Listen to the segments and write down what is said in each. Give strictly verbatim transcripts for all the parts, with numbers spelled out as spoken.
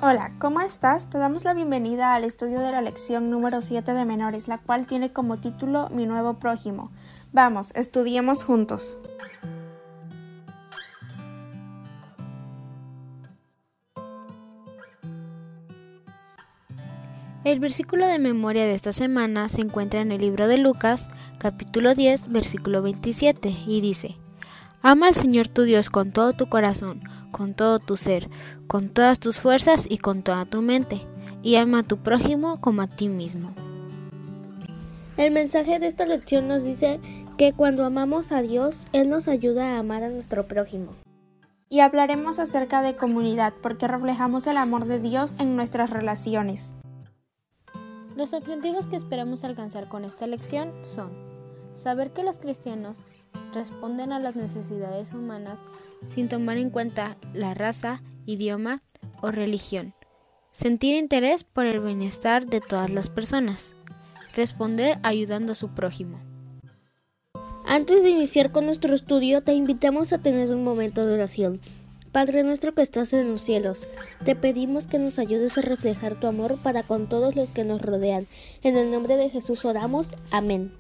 Hola, ¿cómo estás? Te damos la bienvenida al estudio de la lección número siete de menores, la cual tiene como título Mi nuevo prójimo. Vamos, estudiemos juntos. El versículo de memoria de esta semana se encuentra en el libro de Lucas, capítulo diez, versículo veintisiete, y dice: Ama al Señor tu Dios con todo tu corazón, con todo tu ser, con todas tus fuerzas y con toda tu mente, y ama a tu prójimo como a ti mismo. El mensaje de esta lección nos dice que cuando amamos a Dios, Él nos ayuda a amar a nuestro prójimo. Y hablaremos acerca de comunidad, porque reflejamos el amor de Dios en nuestras relaciones. Los objetivos que esperamos alcanzar con esta lección son: saber que los cristianos responden a las necesidades humanas sin tomar en cuenta la raza, idioma o religión. Sentir interés por el bienestar de todas las personas. Responder ayudando a su prójimo. Antes de iniciar con nuestro estudio, te invitamos a tener un momento de oración. Padre nuestro que estás en los cielos, te pedimos que nos ayudes a reflejar tu amor para con todos los que nos rodean. En el nombre de Jesús oramos. Amén.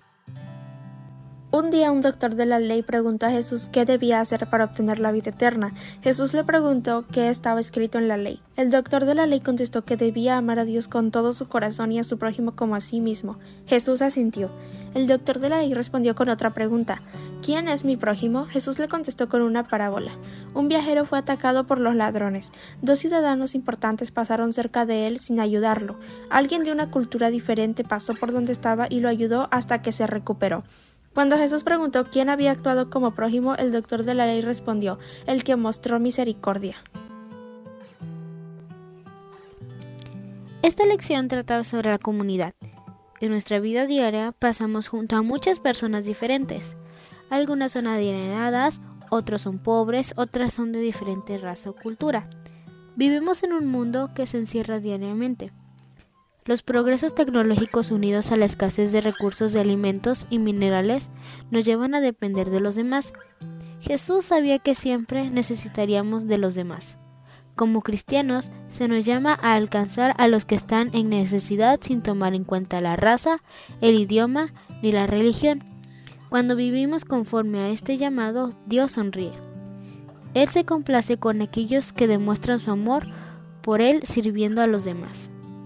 Un día un doctor de la ley preguntó a Jesús qué debía hacer para obtener la vida eterna. Jesús le preguntó qué estaba escrito en la ley. El doctor de la ley contestó que debía amar a Dios con todo su corazón y a su prójimo como a sí mismo. Jesús asintió. El doctor de la ley respondió con otra pregunta: ¿Quién es mi prójimo? Jesús le contestó con una parábola. Un viajero fue atacado por los ladrones. Dos ciudadanos importantes pasaron cerca de él sin ayudarlo. Alguien de una cultura diferente pasó por donde estaba y lo ayudó hasta que se recuperó. Cuando Jesús preguntó quién había actuado como prójimo, el doctor de la ley respondió: el que mostró misericordia. Esta lección trata sobre la comunidad. En nuestra vida diaria pasamos junto a muchas personas diferentes. Algunas son adineradas, otros son pobres, otras son de diferente raza o cultura. Vivimos en un mundo que se encierra diariamente. Los progresos tecnológicos unidos a la escasez de recursos de alimentos y minerales nos llevan a depender de los demás. Jesús sabía que siempre necesitaríamos de los demás. Como cristianos, se nos llama a alcanzar a los que están en necesidad sin tomar en cuenta la raza, el idioma ni la religión. Cuando vivimos conforme a este llamado, Dios sonríe. Él se complace con aquellos que demuestran su amor por Él sirviendo a los demás.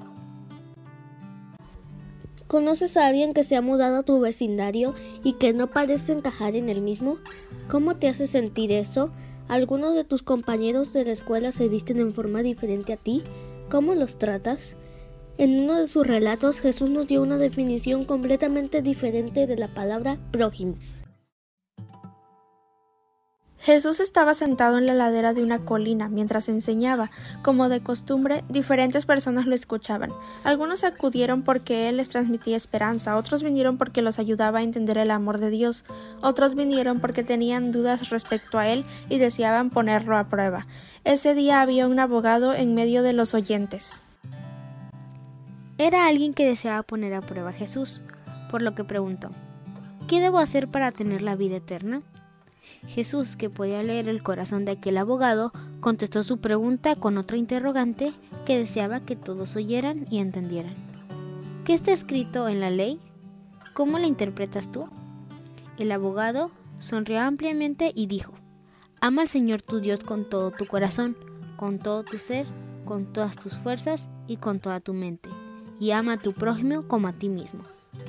¿Conoces a alguien que se ha mudado a tu vecindario y que no parece encajar en el mismo? ¿Cómo te hace sentir eso? ¿Algunos de tus compañeros de la escuela se visten en forma diferente a ti? ¿Cómo los tratas? En uno de sus relatos, Jesús nos dio una definición completamente diferente de la palabra prójimo. Jesús estaba sentado en la ladera de una colina mientras enseñaba. Como de costumbre, diferentes personas lo escuchaban. Algunos acudieron porque Él les transmitía esperanza, otros vinieron porque los ayudaba a entender el amor de Dios, otros vinieron porque tenían dudas respecto a Él y deseaban ponerlo a prueba. Ese día había un abogado en medio de los oyentes. Era alguien que deseaba poner a prueba a Jesús, por lo que preguntó: ¿qué debo hacer para tener la vida eterna? Jesús, que podía leer el corazón de aquel abogado, contestó su pregunta con otra interrogante que deseaba que todos oyeran y entendieran. ¿Qué está escrito en la ley? ¿Cómo la interpretas tú? El abogado sonrió ampliamente y dijo: Ama al Señor tu Dios con todo tu corazón, con todo tu ser, con todas tus fuerzas y con toda tu mente, y ama a tu prójimo como a ti mismo.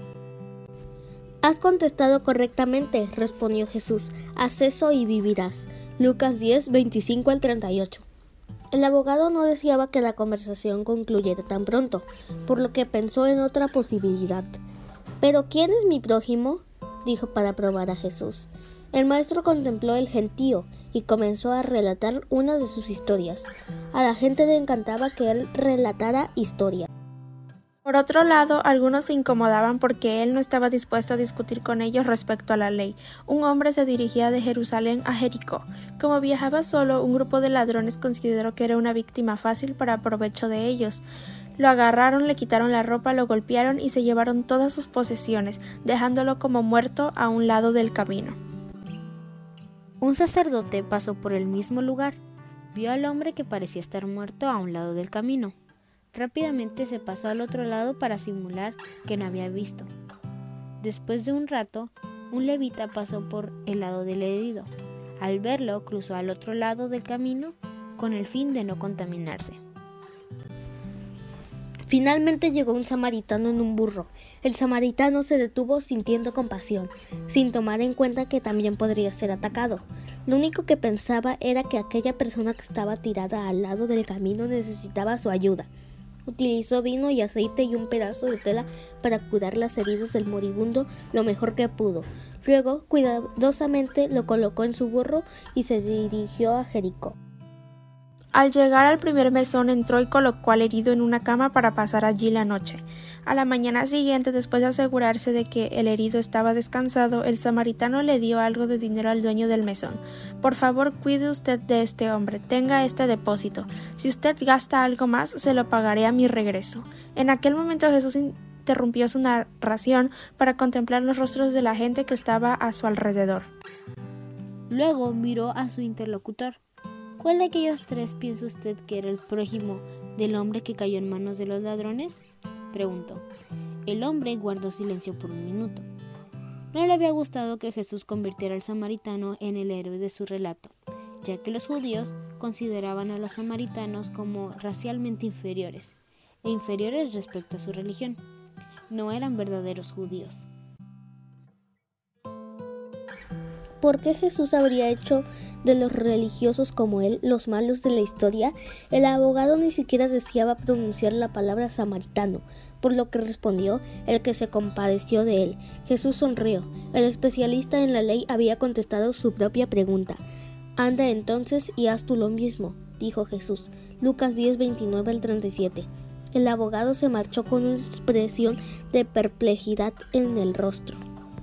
Has contestado correctamente, respondió Jesús. Haz eso y vivirás. Lucas diez, veinticinco al treinta y ocho. El abogado no deseaba que la conversación concluyera tan pronto, por lo que pensó en otra posibilidad. ¿Pero quién es mi prójimo?, dijo para probar a Jesús. El maestro contempló el gentío y comenzó a relatar una de sus historias. A la gente le encantaba que él relatara historias. Por otro lado, algunos se incomodaban porque él no estaba dispuesto a discutir con ellos respecto a la ley. Un hombre se dirigía de Jerusalén a Jericó. Como viajaba solo, un grupo de ladrones consideró que era una víctima fácil para provecho de ellos. Lo agarraron, le quitaron la ropa, lo golpearon y se llevaron todas sus posesiones, dejándolo como muerto a un lado del camino. Un sacerdote pasó por el mismo lugar. Vio al hombre que parecía estar muerto a un lado del camino. Rápidamente se pasó al otro lado para simular que no había visto. Después de un rato, un levita pasó por el lado del herido. Al verlo, cruzó al otro lado del camino con el fin de no contaminarse. Finalmente llegó un samaritano en un burro. El samaritano se detuvo sintiendo compasión, sin tomar en cuenta que también podría ser atacado. Lo único que pensaba era que aquella persona que estaba tirada al lado del camino necesitaba su ayuda. Utilizó vino y aceite y un pedazo de tela para curar las heridas del moribundo lo mejor que pudo. Luego, cuidadosamente lo colocó en su burro y se dirigió a Jericó. Al llegar al primer mesón entró y colocó al herido en una cama para pasar allí la noche. A la mañana siguiente, después de asegurarse de que el herido estaba descansado, el samaritano le dio algo de dinero al dueño del mesón. Por favor, cuide usted de este hombre, tenga este depósito. Si usted gasta algo más, se lo pagaré a mi regreso. En aquel momento Jesús interrumpió su narración para contemplar los rostros de la gente que estaba a su alrededor. Luego miró a su interlocutor. ¿Cuál de aquellos tres piensa usted que era el prójimo del hombre que cayó en manos de los ladrones?, preguntó. El hombre guardó silencio por un minuto. No le había gustado que Jesús convirtiera al samaritano en el héroe de su relato, ya que los judíos consideraban a los samaritanos como racialmente inferiores, e inferiores respecto a su religión. No eran verdaderos judíos. ¿Por qué Jesús habría hecho de los religiosos como él los malos de la historia? El abogado ni siquiera deseaba pronunciar la palabra samaritano, por lo que respondió el que se compadeció de él. Jesús sonrió. El especialista en la ley había contestado su propia pregunta. Anda entonces y haz tú lo mismo, dijo Jesús. Lucas diez, veintinueve al treinta y siete. El abogado se marchó con una expresión de perplejidad en el rostro.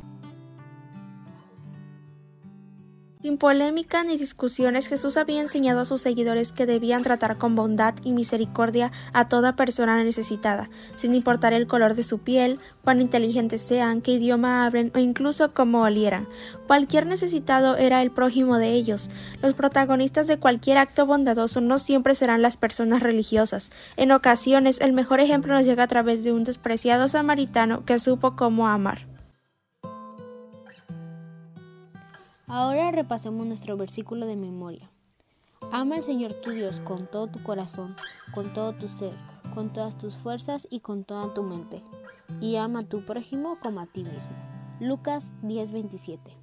Sin polémica ni discusiones, Jesús había enseñado a sus seguidores que debían tratar con bondad y misericordia a toda persona necesitada, sin importar el color de su piel, cuán inteligentes sean, qué idioma hablen o incluso cómo olieran. Cualquier necesitado era el prójimo de ellos. Los protagonistas de cualquier acto bondadoso no siempre serán las personas religiosas. En ocasiones, el mejor ejemplo nos llega a través de un despreciado samaritano que supo cómo amar. Ahora repasemos nuestro versículo de memoria. Ama al Señor tu Dios con todo tu corazón, con todo tu ser, con todas tus fuerzas y con toda tu mente. Y ama a tu prójimo como a ti mismo. Lucas diez, veintisiete.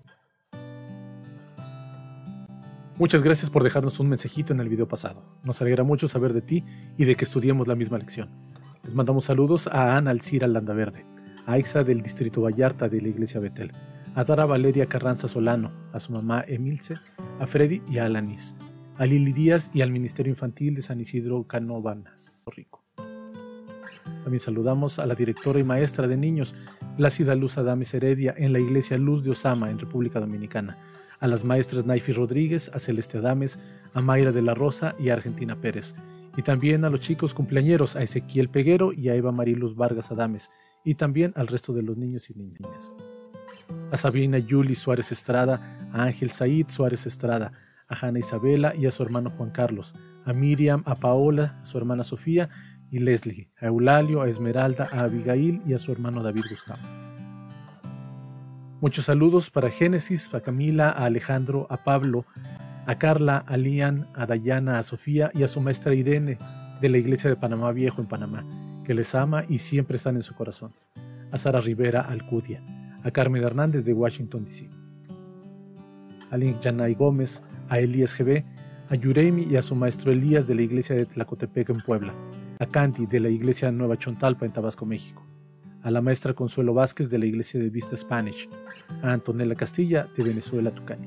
Muchas gracias por dejarnos un mensajito en el video pasado. Nos alegra mucho saber de ti y de que estudiemos la misma lección. Les mandamos saludos a Ana Alcira Landaverde, a Aixa del Distrito Vallarta de la Iglesia Betel, a Dara Valeria Carranza Solano, a su mamá Emilce, a Freddy y a Alanis, a Lili Díaz y al Ministerio Infantil de San Isidro Canovanas, Rico. También saludamos a la directora y maestra de niños, Plácida Luz Adames Heredia, en la Iglesia Luz de Osama, en República Dominicana, a las maestras Naifi Rodríguez, a Celeste Adames, a Mayra de la Rosa y a Argentina Pérez, y también a los chicos cumpleañeros, a Ezequiel Peguero y a Eva Mariluz Vargas Adames, y también al resto de los niños y niñas. A Sabina Yuli Suárez Estrada, a Ángel Said Suárez Estrada, a Hanna Isabela y a su hermano Juan Carlos, a Miriam, a Paola, a su hermana Sofía y Leslie, a Eulalio, a Esmeralda, a Abigail y a su hermano David Gustavo. Muchos saludos para Génesis, a Camila, a Alejandro, a Pablo, a Carla, a Lian, a Dayana, a Sofía y a su maestra Irene de la Iglesia de Panamá Viejo en Panamá, que les ama y siempre están en su corazón. A Sara Rivera Alcudia, a Carmen Hernández de Washington, D C, a Link Yanay Gómez, a Elías G B, a Yureimi y a su maestro Elías de la Iglesia de Tlacotepec en Puebla, a Candy de la Iglesia Nueva Chontalpa en Tabasco, México, a la maestra Consuelo Vázquez de la Iglesia de Vista Spanish, a Antonella Castilla de Venezuela, Tucani.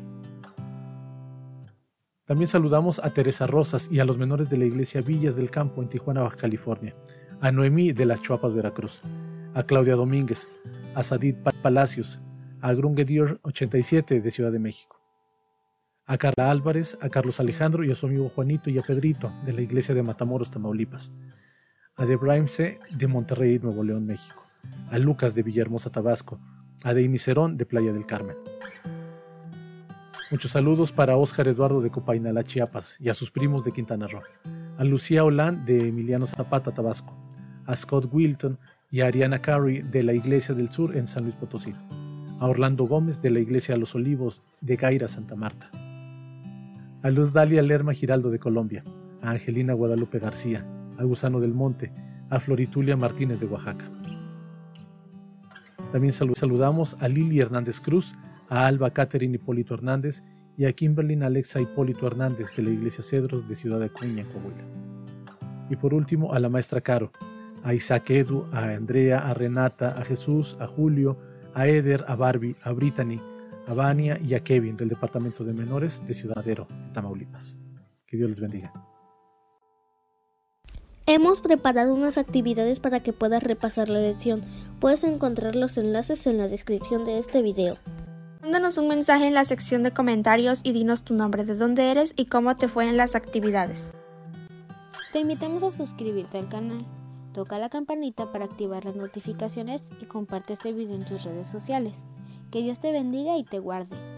También saludamos a Teresa Rosas y a los menores de la Iglesia Villas del Campo en Tijuana, Baja California, a Noemí de las Chuapas, Veracruz, a Claudia Domínguez, a Sadid Palacios, a Grungedier ochenta y siete de Ciudad de México, a Carla Álvarez, a Carlos Alejandro y a su amigo Juanito y a Pedrito de la Iglesia de Matamoros, Tamaulipas, a Debraim C. de Monterrey, Nuevo León, México, a Lucas de Villahermosa, Tabasco, a Deimi Cerón de Playa del Carmen. Muchos saludos para Óscar Eduardo de Copainalá, Chiapas, y a sus primos de Quintana Roo. A Lucía Olán de Emiliano Zapata, Tabasco. A Scott Wilton y a Ariana Carey de la Iglesia del Sur en San Luis Potosí. A Orlando Gómez de la Iglesia Los Olivos de Gaira, Santa Marta. A Luz Dalia Lerma Giraldo de Colombia. A Angelina Guadalupe García. A Gusano del Monte. A Floritulia Martínez de Oaxaca. También saludamos a Lili Hernández Cruz, a Alba Catherine Hipólito Hernández y a Kimberly Alexa Hipólito Hernández de la Iglesia Cedros de Ciudad Acuña, en Coahuila. Y por último, a la maestra Caro, a Isaac Edu, a Andrea, a Renata, a Jesús, a Julio, a Eder, a Barbie, a Brittany, a Vania y a Kevin del Departamento de Menores de Ciudad Madero, Tamaulipas. Que Dios les bendiga. Hemos preparado unas actividades para que puedas repasar la lección. Puedes encontrar los enlaces en la descripción de este video. Mándanos un mensaje en la sección de comentarios y dinos tu nombre, de dónde eres y cómo te fue en las actividades. Te invitamos a suscribirte al canal. Toca la campanita para activar las notificaciones y comparte este video en tus redes sociales. Que Dios te bendiga y te guarde.